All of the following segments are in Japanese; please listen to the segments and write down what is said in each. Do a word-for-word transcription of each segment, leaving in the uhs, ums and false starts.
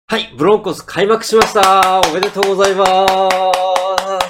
はい、ブロンコス開幕しました。おめでとうございます。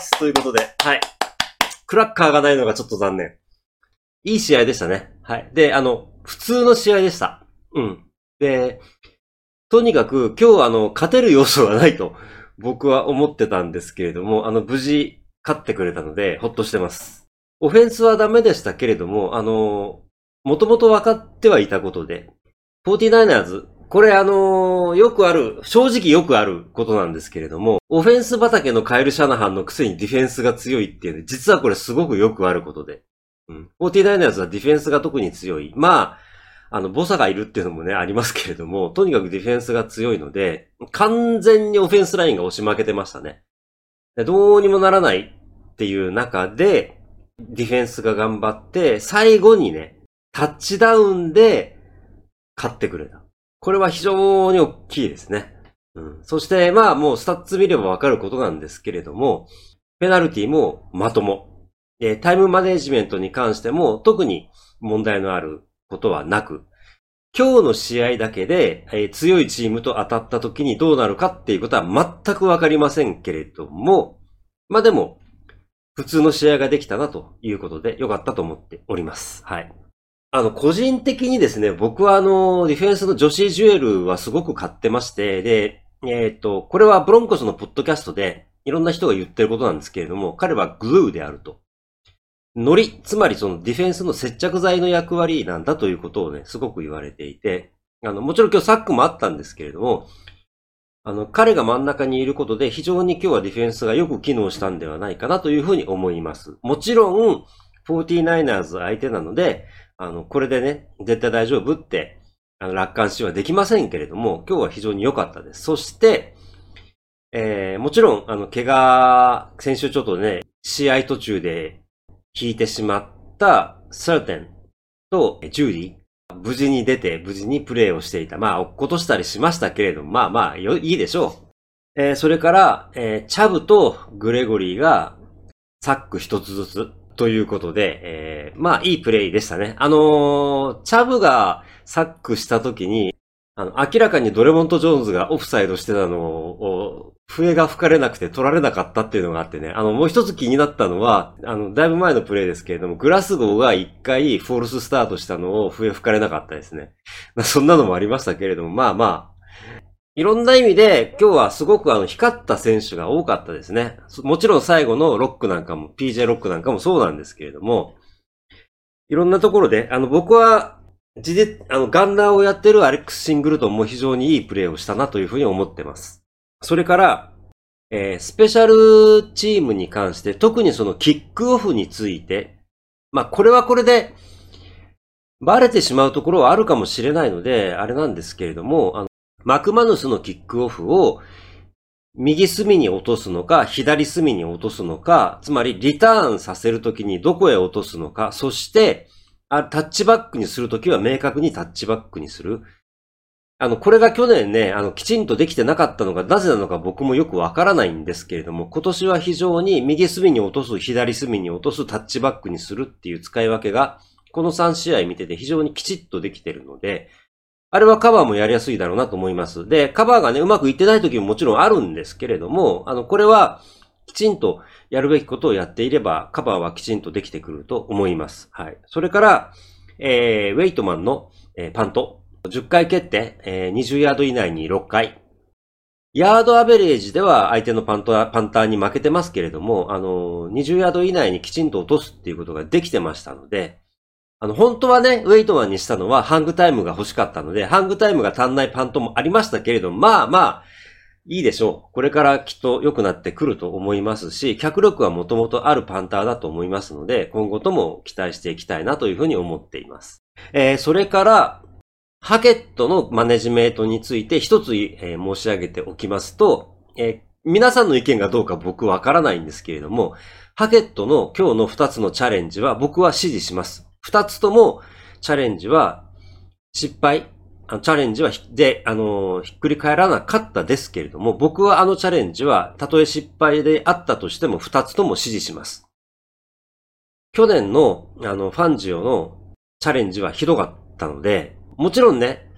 ということで、はい。クラッカーがないのがちょっと残念。いい試合でしたね。はい。で、あの、普通の試合でした。うん。で、とにかく今日はあの、勝てる要素はないと僕は思ってたんですけれども、あの、無事勝ってくれたので、ほっとしてます。オフェンスはダメでしたけれども、あの、もともと分かってはいたことで、フォーティーナイナーズ、これあのー、よくある、正直よくあることなんですけれども、オフェンス畑のカエル・シャナハンのくせにディフェンスが強いっていうね、実はこれすごくよくあることで。うん。フォーティーナイナーズはディフェンスが特に強い。まあ、あの、ボサがいるっていうのもね、ありますけれども、とにかくディフェンスが強いので、完全にオフェンスラインが押し負けてましたね。どうにもならないっていう中で、ディフェンスが頑張って、最後にね、タッチダウンで勝ってくれた。これは非常に大きいですね。うん、そして、まあもうスタッツ見ればわかることなんですけれども、ペナルティもまとも。タイムマネジメントに関しても特に問題のあることはなく、今日の試合だけで、えー、強いチームと当たった時にどうなるかっていうことは全くわかりませんけれども、まあでも、普通の試合ができたなということで良かったと思っております。はい。あの、個人的にですね、僕はあの、ディフェンスのジョシー・ジュエルはすごく買ってまして、で、えっと、これはブロンコスのポッドキャストで、いろんな人が言ってることなんですけれども、彼はグルーであると。ノリ、つまりそのディフェンスの接着剤の役割なんだということをね、すごく言われていて、あの、もちろん今日サックもあったんですけれども、あの、彼が真ん中にいることで非常に今日はディフェンスがよく機能したんではないかなというふうに思います。もちろん、フォーティーナイナーズ相手なので、あの、これでね、絶対大丈夫って、あの、楽観視はできませんけれども、今日は非常に良かったです。そして、えー、もちろん、あの、怪我、先週ちょっとね、試合途中で引いてしまったサーテンとジューディ、無事に出て、無事にプレーをしていた。まあ、落っことしたりしましたけれども、まあまあ、よいいでしょう。えー、それから、えー、チャブとグレゴリーが、サック一つずつ、ということで、えー、まあ、いいプレイでしたね。あのー、チャブがサックした時に、あの、明らかにドレモント・ジョーンズがオフサイドしてたのを、笛が吹かれなくて取られなかったっていうのがあってね。あの、もう一つ気になったのは、あの、だいぶ前のプレイですけれども、グラスゴーが一回フォールススタートしたのを笛吹かれなかったですね。そんなのもありましたけれども、まあまあ、いろんな意味で今日はすごくあの光った選手が多かったですね。もちろん最後のロックなんかも、ピージェー ロックなんかもそうなんですけれども、いろんなところで、あの僕は、事実、あのガンナーをやってるアレックス・シングルトンも非常にいいプレーをしたなというふうに思ってます。それから、えー、スペシャルチームに関して、特にそのキックオフについて、まあこれはこれで、バレてしまうところはあるかもしれないので、あれなんですけれども、あのマクマヌスのキックオフを右隅に落とすのか、左隅に落とすのか、つまりリターンさせるときにどこへ落とすのか、そしてタッチバックにするときは明確にタッチバックにする。あの、これが去年ね、あの、きちんとできてなかったのがなぜなのか僕もよくわからないんですけれども、今年は非常に右隅に落とす、左隅に落とす、タッチバックにするっていう使い分けが、このさん試合見てて非常にきちっとできてるので、あれはカバーもやりやすいだろうなと思います。で、カバーがね、うまくいってない時ももちろんあるんですけれども、あの、これはきちんとやるべきことをやっていれば、カバーはきちんとできてくると思います。はい。それから、えー、ウェイトマンの、えー、パント。じゅっかい蹴って、えー、にじゅうヤード以内にろっかい。ヤードアベレージでは相手のパントパンターに負けてますけれども、あのー、にじゅうヤード以内にきちんと落とすっていうことができてましたので、あの、本当はね、ウェイトマンにしたのはハングタイムが欲しかったので、ハングタイムが足んないパントもありましたけれども、まあまあ、いいでしょう。これからきっと良くなってくると思いますし、脚力はもともとあるパンターだと思いますので、今後とも期待していきたいなというふうに思っています。えー、それから、ハケットのマネジメントについて一つ、えー、申し上げておきますと、えー、皆さんの意見がどうか僕わからないんですけれども、ハケットの今日の二つのチャレンジは僕は支持します。二つともチャレンジは失敗、あのチャレンジはで、あのー、ひっくり返らなかったですけれども、僕はあのチャレンジはたとえ失敗であったとしても二つとも支持します。去年のあのファンジオのチャレンジはひどかったので、もちろんね、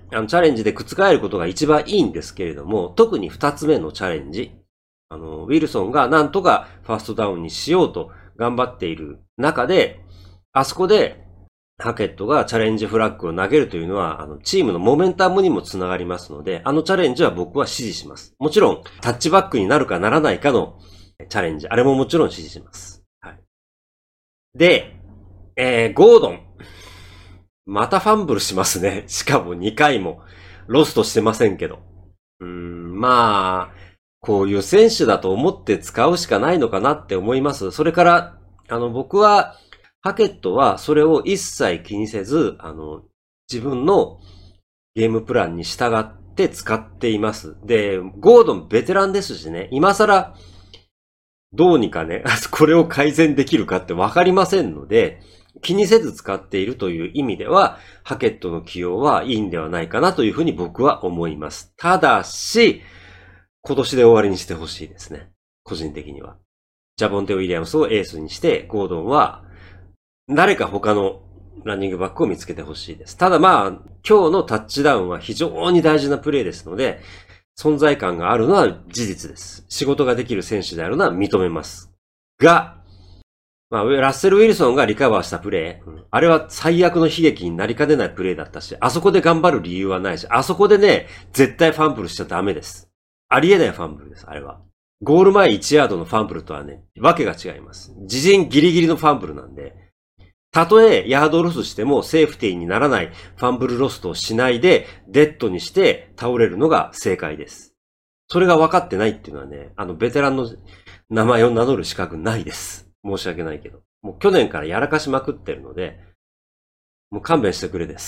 あの、チャレンジで覆ることが一番いいんですけれども、特に二つ目のチャレンジ。あの、ウィルソンがなんとかファーストダウンにしようと頑張っている中で、あそこで、ハケットがチャレンジフラッグを投げるというのは、あの、チームのモメンタムにもつながりますので、あのチャレンジは僕は支持します。もちろん、タッチバックになるかならないかのチャレンジ、あれももちろん支持します。はい。で、えー、ゴードン。またファンブルしますね。しかもにかいも。ロストしてませんけど。うーん、まあ、こういう選手だと思って使うしかないのかなって思います。それから、あの、僕は、ハケットはそれを一切気にせず、あの、自分のゲームプランに従って使っています。で、ゴードンベテランですしね、今更、どうにかね、これを改善できるかってわかりませんので、気にせず使っているという意味では、ハケットの起用はいいんではないかなというふうに僕は思います。ただし、今年で終わりにしてほしいですね。個人的には。ジャボンテ・ウィリアムスをエースにして、ゴードンは、誰か他のランニングバックを見つけてほしいです。ただまあ、今日のタッチダウンは非常に大事なプレーですので、存在感があるのは事実です。仕事ができる選手であるのは認めます。が、まあ、ラッセル・ウィルソンがリカバーしたプレー、うん、あれは最悪の悲劇になりかねないプレーだったし、あそこで頑張る理由はないし、あそこでね、絶対ファンブルしちゃダメです。ありえないファンブルです、あれは。ゴール前いちヤードのファンブルとはね、わけが違います。自陣ギリギリのファンブルなんで、たとえヤードロスしてもセーフティーにならないファンブルロストをしないでデッドにして倒れるのが正解です。それが分かってないっていうのはね、あのベテランの名前を名乗る資格ないです。申し訳ないけど。もう去年からやらかしまくってるので、もう勘弁してくれです。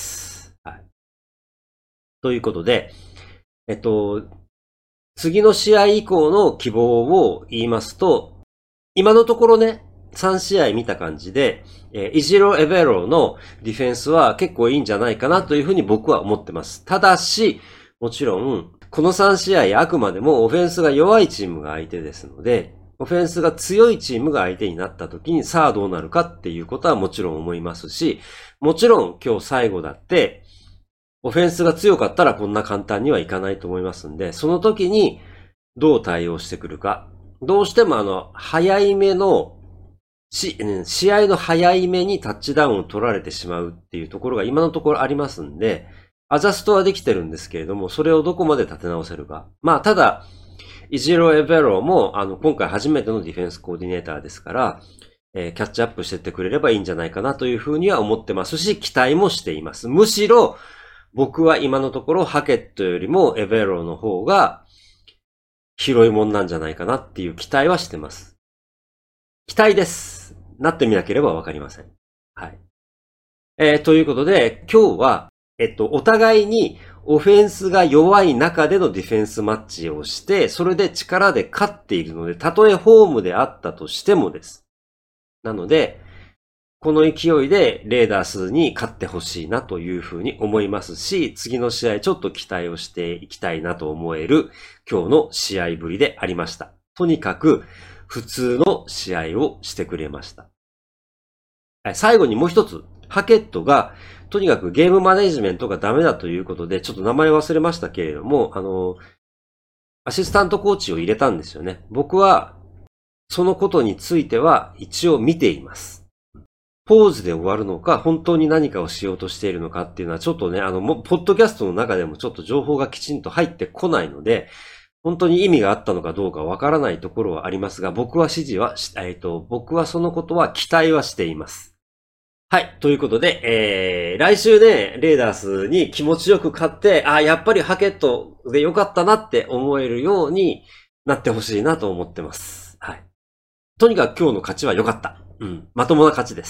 はい。ということで、えっと、次の試合以降の希望を言いますと、今のところね、さん試合見た感じで、えー、イジロ・エベロのディフェンスは結構いいんじゃないかなというふうに僕は思ってます。ただし、もちろん、このさん試合あくまでもオフェンスが弱いチームが相手ですので、オフェンスが強いチームが相手になった時にさあどうなるかっていうことはもちろん思いますし、もちろん今日最後だって、オフェンスが強かったらこんな簡単にはいかないと思いますんで、その時にどう対応してくるか。どうしてもあの、早い目のし、試合の早い目にタッチダウンを取られてしまうっていうところが今のところありますんで、アジャストはできてるんですけれども、それをどこまで立て直せるか。まあ、ただ、イジロー・エベロも、あの、今回初めてのディフェンスコーディネーターですから、えー、キャッチアップしてってくれればいいんじゃないかなというふうには思ってますし、期待もしています。むしろ、僕は今のところ、ハケットよりもエベロの方が、広いもんなんじゃないかなっていう期待はしてます。期待です。なってみなければわかりません。はい。えー、ということで、今日は、えっと、お互いにオフェンスが弱い中でのディフェンスマッチをして、それで力で勝っているので、たとえホームであったとしてもです。なので、この勢いでレーダースに勝ってほしいなというふうに思いますし、次の試合ちょっと期待をしていきたいなと思える今日の試合ぶりでありました。とにかく普通の試合をしてくれました。最後にもう一つ、ハケットがとにかくゲームマネジメントがダメだということで、ちょっと名前忘れましたけれども、あの、アシスタントコーチを入れたんですよね。僕はそのことについては一応見ています。ポーズで終わるのか、本当に何かをしようとしているのかっていうのはちょっとね、あの、ポッドキャストの中でもちょっと情報がきちんと入ってこないので、本当に意味があったのかどうかわからないところはありますが、僕は指示は、えっと、僕はそのことは期待はしています。はい。ということで、えー、来週ね、レーダースに気持ちよく勝って、あ、やっぱりハケットでよかったなって思えるようになってほしいなと思ってます。はい。とにかく今日の勝ちは良かった。うん。まともな勝ちです。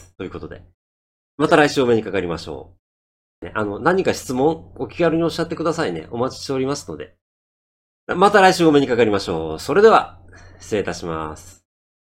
ということで。また来週お目にかかりましょう。ね、あの、何か質問、お気軽におっしゃってくださいね。お待ちしておりますので。また来週お目にかかりましょう。それでは、失礼いたします。